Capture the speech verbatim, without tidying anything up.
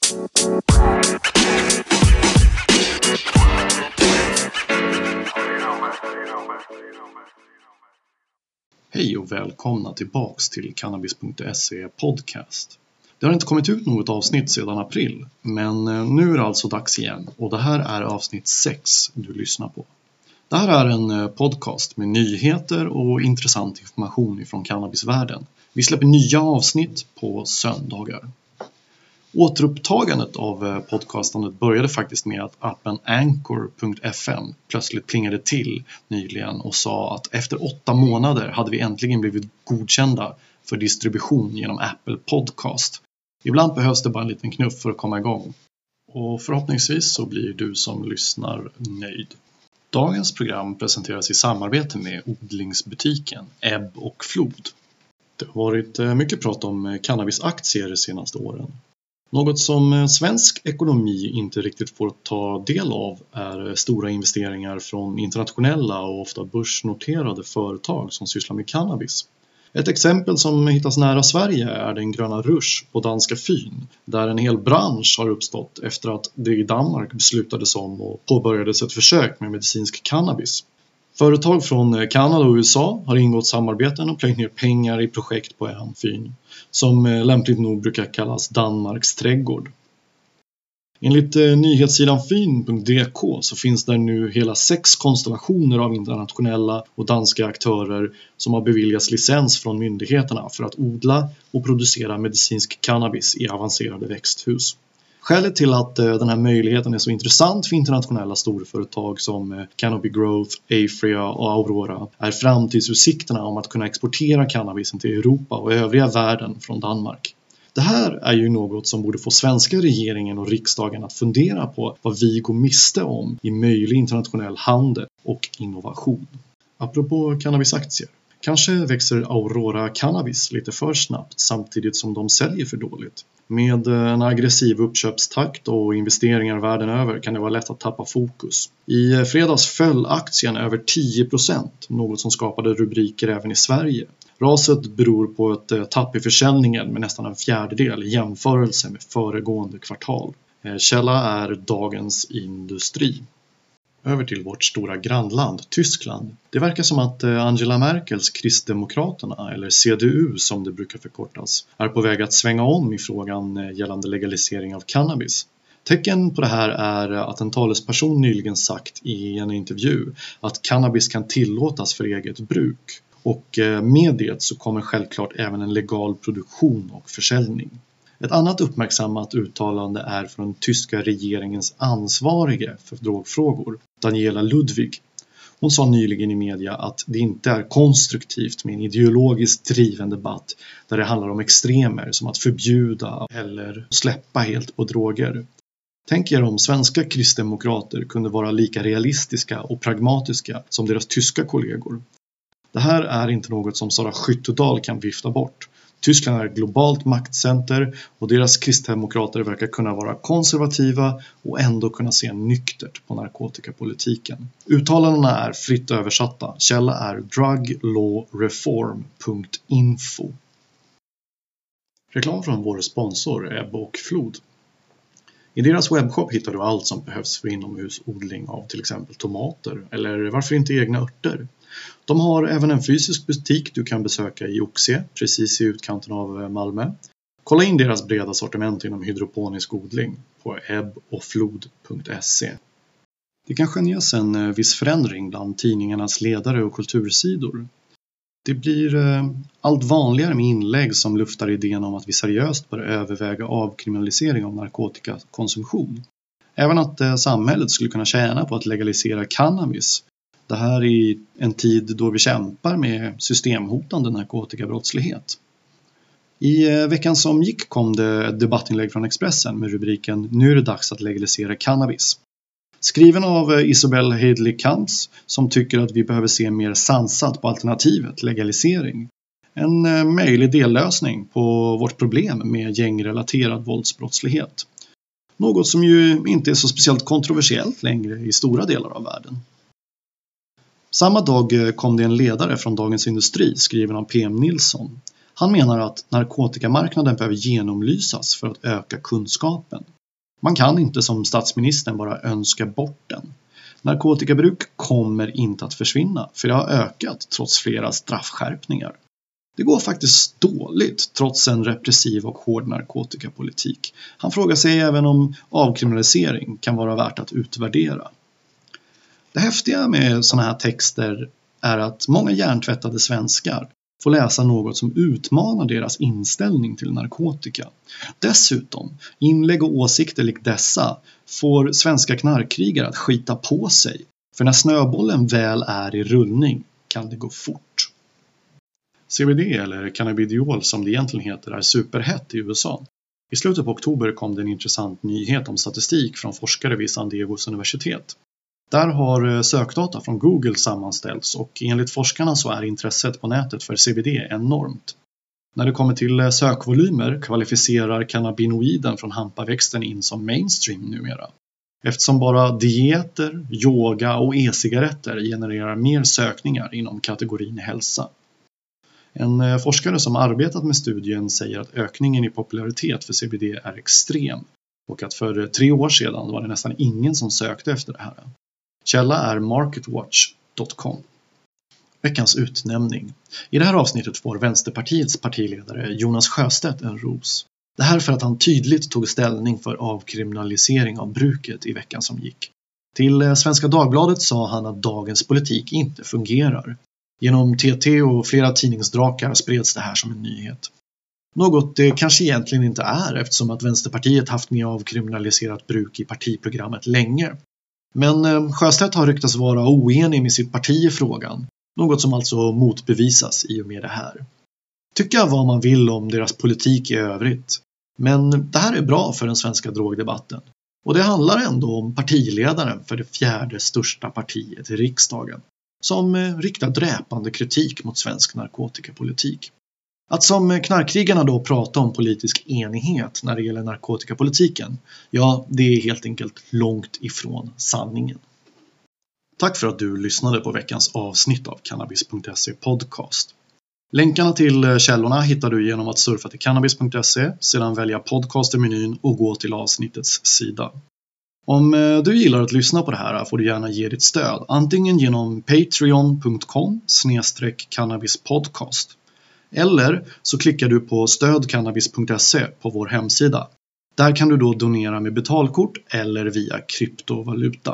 Hej och välkomna tillbaks till Cannabis punkt se podcast. Det har inte kommit ut något avsnitt sedan april, men nu är det alltså dags igen och det här är avsnitt sex du lyssnar på. Det här är en podcast med nyheter och intressant information från cannabisvärlden. Vi släpper nya avsnitt på söndagar. Återupptagandet av podcastandet började faktiskt med att appen Anchor punkt f m plötsligt plingade till nyligen och sa att efter åtta månader hade vi äntligen blivit godkända för distribution genom Apple Podcast. Ibland behövs det bara en liten knuff för att komma igång. Och förhoppningsvis så blir du som lyssnar nöjd. Dagens program presenteras i samarbete med odlingsbutiken Ebb och Flod. Det har varit mycket prat om cannabisaktier de senaste åren. Något som svensk ekonomi inte riktigt får ta del av är stora investeringar från internationella och ofta börsnoterade företag som sysslar med cannabis. Ett exempel som hittas nära Sverige är den gröna rusch på danska Fyn, där en hel bransch har uppstått efter att det i Danmark beslutades om och påbörjades ett försök med medicinsk cannabis. Företag från Kanada och U S A har ingått samarbeten och plöjt ner pengar i projekt på en Fyn, som lämpligt nog brukar kallas Danmarks trädgård. Enligt nyhetssidan fyn punkt d k så finns det nu hela sex konstellationer av internationella och danska aktörer som har beviljats licens från myndigheterna för att odla och producera medicinsk cannabis i avancerade växthus. Skälet till att den här möjligheten är så intressant för internationella storföretag som Canopy Growth, Afria och Aurora är framtidsutsikterna om att kunna exportera cannabisen till Europa och övriga världen från Danmark. Det här är ju något som borde få svenska regeringen och riksdagen att fundera på vad vi går miste om i möjlig internationell handel och innovation. Apropå cannabisaktier. Kanske växer Aurora Cannabis lite för snabbt samtidigt som de säljer för dåligt. Med en aggressiv uppköpstakt och investeringar världen över kan det vara lätt att tappa fokus. I fredags föll aktien över tio procent, något som skapade rubriker även i Sverige. Raset beror på ett tapp i försäljningen med nästan en fjärdedel i jämförelse med föregående kvartal. Källa är Dagens Industri. Över till vårt stora grannland, Tyskland. Det verkar som att Angela Merkels Kristdemokraterna, eller C D U som det brukar förkortas, är på väg att svänga om i frågan gällande legalisering av cannabis. Tecken på det här är att en talesperson nyligen sagt i en intervju att cannabis kan tillåtas för eget bruk. Och med det så kommer självklart även en legal produktion och försäljning. Ett annat uppmärksammat uttalande är från den tyska regeringens ansvarige för drogfrågor, Daniela Ludwig. Hon sa nyligen i media att det inte är konstruktivt med en ideologiskt driven debatt där det handlar om extremer som att förbjuda eller släppa helt på droger. Tänk er om svenska kristdemokrater kunde vara lika realistiska och pragmatiska som deras tyska kollegor. Det här är inte något som Sara Skyttedal kan vifta bort. Tyskland är ett globalt maktcenter och deras kristdemokrater verkar kunna vara konservativa och ändå kunna se nyktert på narkotikapolitiken. Uttalandena är fritt översatta. Källa är drug law reform punkt info. Reklam från vår sponsor Ebb och Flod. I deras webbshop hittar du allt som behövs för inomhusodling av till exempel tomater eller varför inte egna örter. De har även en fysisk butik du kan besöka i Oxie, precis i utkanten av Malmö. Kolla in deras breda sortiment inom hydroponisk odling på ebb och flod punkt se. Det kan skönjas en viss förändring bland tidningarnas ledare och kultursidor. Det blir allt vanligare med inlägg som luftar idén om att vi seriöst bör överväga avkriminalisering av narkotikakonsumtion. Även att samhället skulle kunna tjäna på att legalisera cannabis. Det här i en tid då vi kämpar med systemhotande narkotikabrottslighet. I veckan som gick kom det ett debattinlägg från Expressen med rubriken "Nu är det dags att legalisera cannabis". Skriven av Isabel Hedley Kamps som tycker att vi behöver se mer sansat på alternativet legalisering. En möjlig dellösning på vårt problem med gängrelaterad våldsbrottslighet. Något som ju inte är så speciellt kontroversiellt längre i stora delar av världen. Samma dag kom det en ledare från Dagens Industri skriven av P M Nilsson. Han menar att narkotikamarknaden behöver genomlysas för att öka kunskapen. Man kan inte som statsministern bara önska bort den. Narkotikabruk kommer inte att försvinna, för det har ökat trots flera straffskärpningar. Det går faktiskt dåligt trots en repressiv och hård narkotikapolitik. Han frågar sig även om avkriminalisering kan vara värt att utvärdera. Det häftiga med sådana här texter är att många hjärntvättade svenskar får läsa något som utmanar deras inställning till narkotika. Dessutom, inlägg och åsikter likt dessa får svenska knarkkrigare att skita på sig. För när snöbollen väl är i rullning kan det gå fort. C B D, eller cannabidiol som det egentligen heter, är superhett i U S A. I slutet på oktober kom det en intressant nyhet om statistik från forskare vid San Diegos universitet. Där har sökdata från Google sammanställts och enligt forskarna så är intresset på nätet för C B D enormt. När det kommer till sökvolymer kvalificerar cannabinoiden från hampaväxten in som mainstream numera. Eftersom bara dieter, yoga och e-cigaretter genererar mer sökningar inom kategorin hälsa. En forskare som arbetat med studien säger att ökningen i popularitet för C B D är extrem och att för tre år sedan var det nästan ingen som sökte efter det här. Källa är marketwatch punkt com. Veckans utnämning. I det här avsnittet får Vänsterpartiets partiledare Jonas Sjöstedt en ros. Det här för att han tydligt tog ställning för avkriminalisering av bruket i veckan som gick. Till Svenska Dagbladet sa han att dagens politik inte fungerar. Genom T T och flera tidningsdrakar spreds det här som en nyhet. Något det kanske egentligen inte är eftersom att Vänsterpartiet haft med avkriminaliserat bruk i partiprogrammet länge. Men Sjöstedt har ryktats vara oenig med sitt parti i frågan, något som alltså motbevisas i och med det här. Tycka vad man vill om deras politik i övrigt, men det här är bra för den svenska drogdebatten. Och det handlar ändå om partiledaren för det fjärde största partiet i riksdagen, som riktar dräpande kritik mot svensk narkotikapolitik. Att som knarkkrigarna då prata om politisk enighet när det gäller narkotikapolitiken, ja, det är helt enkelt långt ifrån sanningen. Tack för att du lyssnade på veckans avsnitt av Cannabis punkt se podcast. Länkarna till källorna hittar du genom att surfa till Cannabis punkt se, sedan välja podcast i menyn och gå till avsnittets sida. Om du gillar att lyssna på det här får du gärna ge ditt stöd, antingen genom patreon punkt com slash cannabispodcast. Eller så klickar du på stöd cannabis punkt se på vår hemsida. Där kan du då donera med betalkort eller via kryptovaluta.